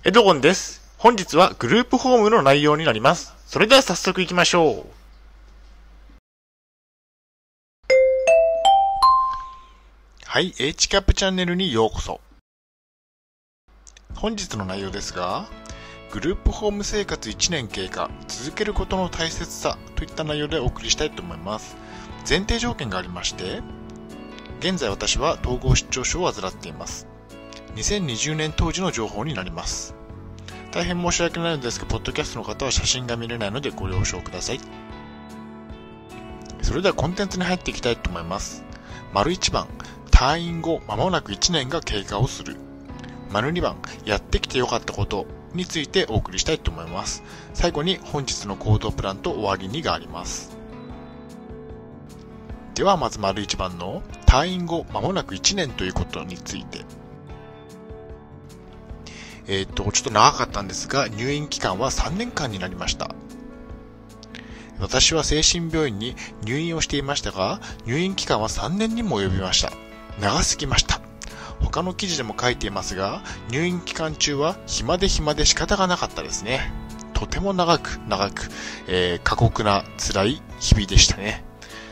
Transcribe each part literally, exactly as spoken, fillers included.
エドゴンです。本日はグループホームの内容になります。それでは早速行きましょう。はい、エイチキャップ チャンネルにようこそ。本日の内容ですが、グループホーム生活いちねん経過、続けることの大切さといった内容でお送りしたいと思います。前提条件がありまして、現在私は統合失調症を患っています。にせんにじゅうねん当時の情報になります。大変申し訳ないのですが、ポッドキャストの方は写真が見れないのでご了承ください。それではコンテンツに入っていきたいと思います。丸いちばん、退院後間もなくいちねんが経過をする。丸にばん、やってきてよかったことについてお送りしたいと思います。最後に本日の行動プランと終わりにがあります。ではまず丸いちばんの退院後間もなくいちねんということについて。えっと、ちょっと長かったんですが、入院期間はさんねんかんになりました。私は精神病院に入院をしていましたが、入院期間はさんねんにも及びました。長すぎました。他の記事でも書いていますが、入院期間中は暇で暇で仕方がなかったですね。とても長く長く、えー、過酷な辛い日々でしたね。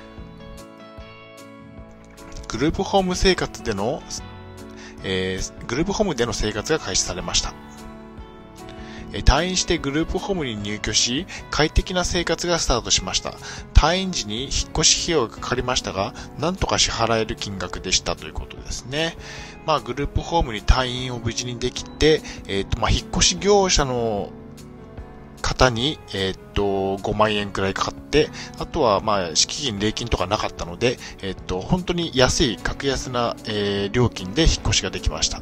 グループホーム生活でのえー、グループホームでの生活が開始されました。えー、退院してグループホームに入居し、快適な生活がスタートしました。退院時に引っ越し費用がかかりましたが、なんとか支払える金額でしたということですね。まあ、グループホームに退院を無事にできて、えっと、まあ、引っ越し業者の方に、えっと、ごまんえんくらいかかって、あとは、まあ、敷金、礼金とかなかったので、えっと、本当に安い、格安な、えー、料金で引っ越しができました。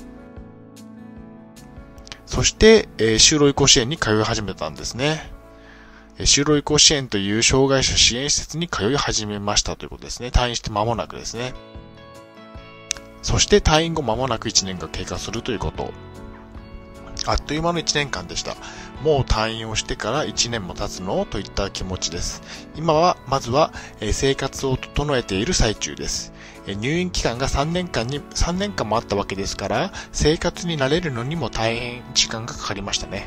そして、えー、就労移行支援に通い始めたんですね。えー、就労移行支援という障害者支援施設に通い始めましたということですね。退院して間もなくですね。そして退院後間もなくいちねんが経過するということ。あっという間のいちねんかんでした。もう退院をしてからいちねんも経つのといった気持ちです。今は、まずは、えー、生活を整えている最中です。えー、入院期間がさんねんかんに、さんねんかんもあったわけですから、生活に慣れるのにも大変時間がかかりましたね。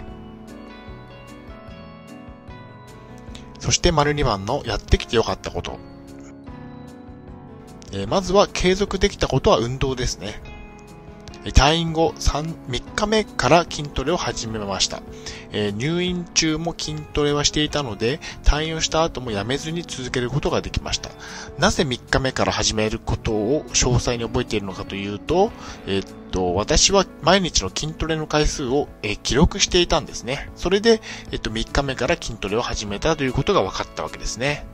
そして丸にばんのやってきてよかったこと。えー、まずは継続できたことは運動ですね。退院後みっかめから筋トレを始めました。えー、入院中も筋トレはしていたので、退院をした後もやめずに続けることができました。なぜみっかめから始めることを詳細に覚えているのかというと、えー、っと、私は毎日の筋トレの回数を、えー、記録していたんですね。それで、えー、っと、みっかめから筋トレを始めたということが分かったわけですね。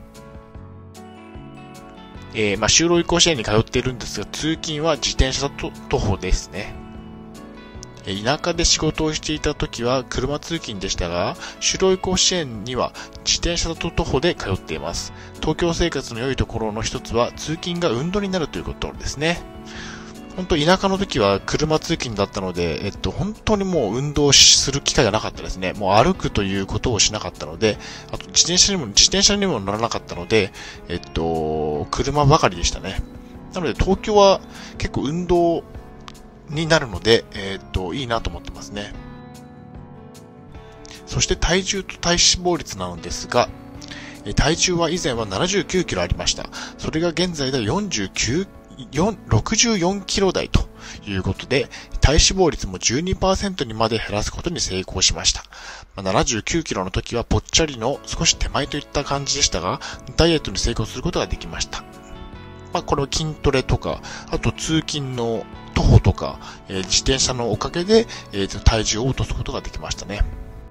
えー、まあ、就労移行支援に通っているんですが、通勤は自転車と徒歩ですね。えー、田舎で仕事をしていた時は車通勤でしたが、就労移行支援には自転車と徒歩で通っています。東京生活の良いところの一つは通勤が運動になるということですね。本当田舎の時は車通勤だったので、えっと、本当にもう運動する機会がなかったですね。もう歩くということをしなかったので、あと自転車にも、自転車にも乗らなかったので、えっと、車ばかりでしたね。なので東京は結構運動になるので、えっと、いいなと思ってますね。そして体重と体脂肪率なのですが、体重は以前はななじゅうきゅうキロありました。それが現在ではよんじゅうきゅうろくじゅうよんキロ台ということで、体脂肪率も じゅうにパーセント にまで減らすことに成功しました。ななじゅうきゅうキロの時はぽっちゃりの少し手前といった感じでしたが、ダイエットに成功することができました。まあ、これは筋トレとか、あと通勤の徒歩とか、えー、自転車のおかげで、えー、体重を落とすことができましたね。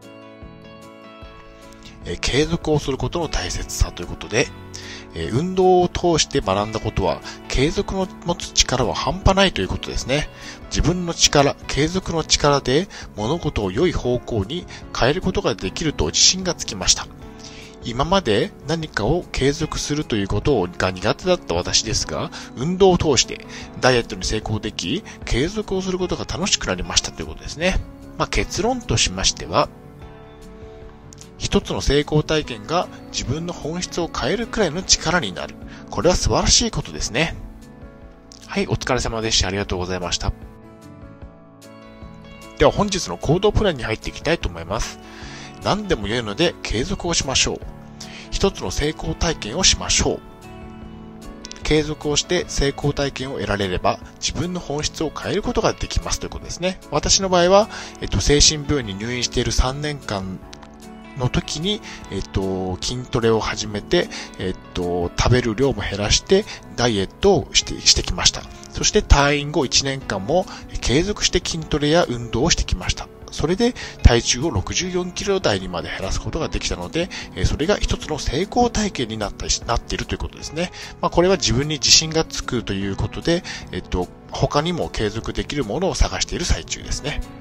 えー、継続をすることの大切さということで、えー、運動を通して学んだことは、継続の持つ力は半端ないということですね。自分の力、継続の力で物事を良い方向に変えることができると自信がつきました。今まで何かを継続するということが苦手だった私ですが、運動を通してダイエットに成功でき、継続をすることが楽しくなりましたということですね。まあ、結論としましては、一つの成功体験が自分の本質を変えるくらいの力になる。これは素晴らしいことですね。はい、お疲れ様でした。ありがとうございました。 では本日の行動プランに入っていきたいと思います。何でも良いので継続をしましょう。一つの成功体験をしましょう。継続をして成功体験を得られれば自分の本質を変えることができますということですね。私の場合は、えっと、精神病院に入院しているさんねんかんの時に、えっと、筋トレを始めて、えっと、食べる量も減らしてダイエットをして、してきました。そして退院後いちねんかんも継続して筋トレや運動をしてきました。それで体重をろくじゅうよんキロ台にまで減らすことができたので、それが一つの成功体験になったりなっているということですね。まあ、これは自分に自信がつくということで、えっと、他にも継続できるものを探している最中ですね。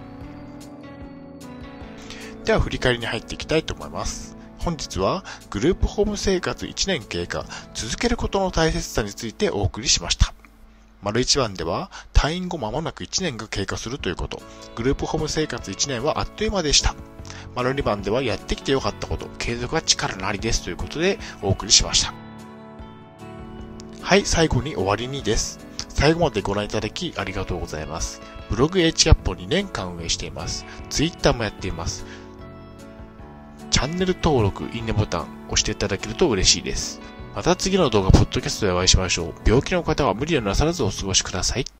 では振り返りに入っていきたいと思います。本日はグループホーム生活いちねん経過、続けることの大切さについてお送りしました。丸いちばんでは退院後間もなくいちねんが経過するということ。グループホーム生活いちねんはあっという間でした。丸にばんではやってきてよかったこと。継続は力なりですということでお送りしました。はい、最後に終わりにです。最後までご覧いただきありがとうございます。ブログ H キャップをにねんかん運営しています。Twitter もやっています。チャンネル登録、いいねボタン押していただけると嬉しいです。また次の動画、ポッドキャストでお会いしましょう。病気の方は無理をなさらずお過ごしください。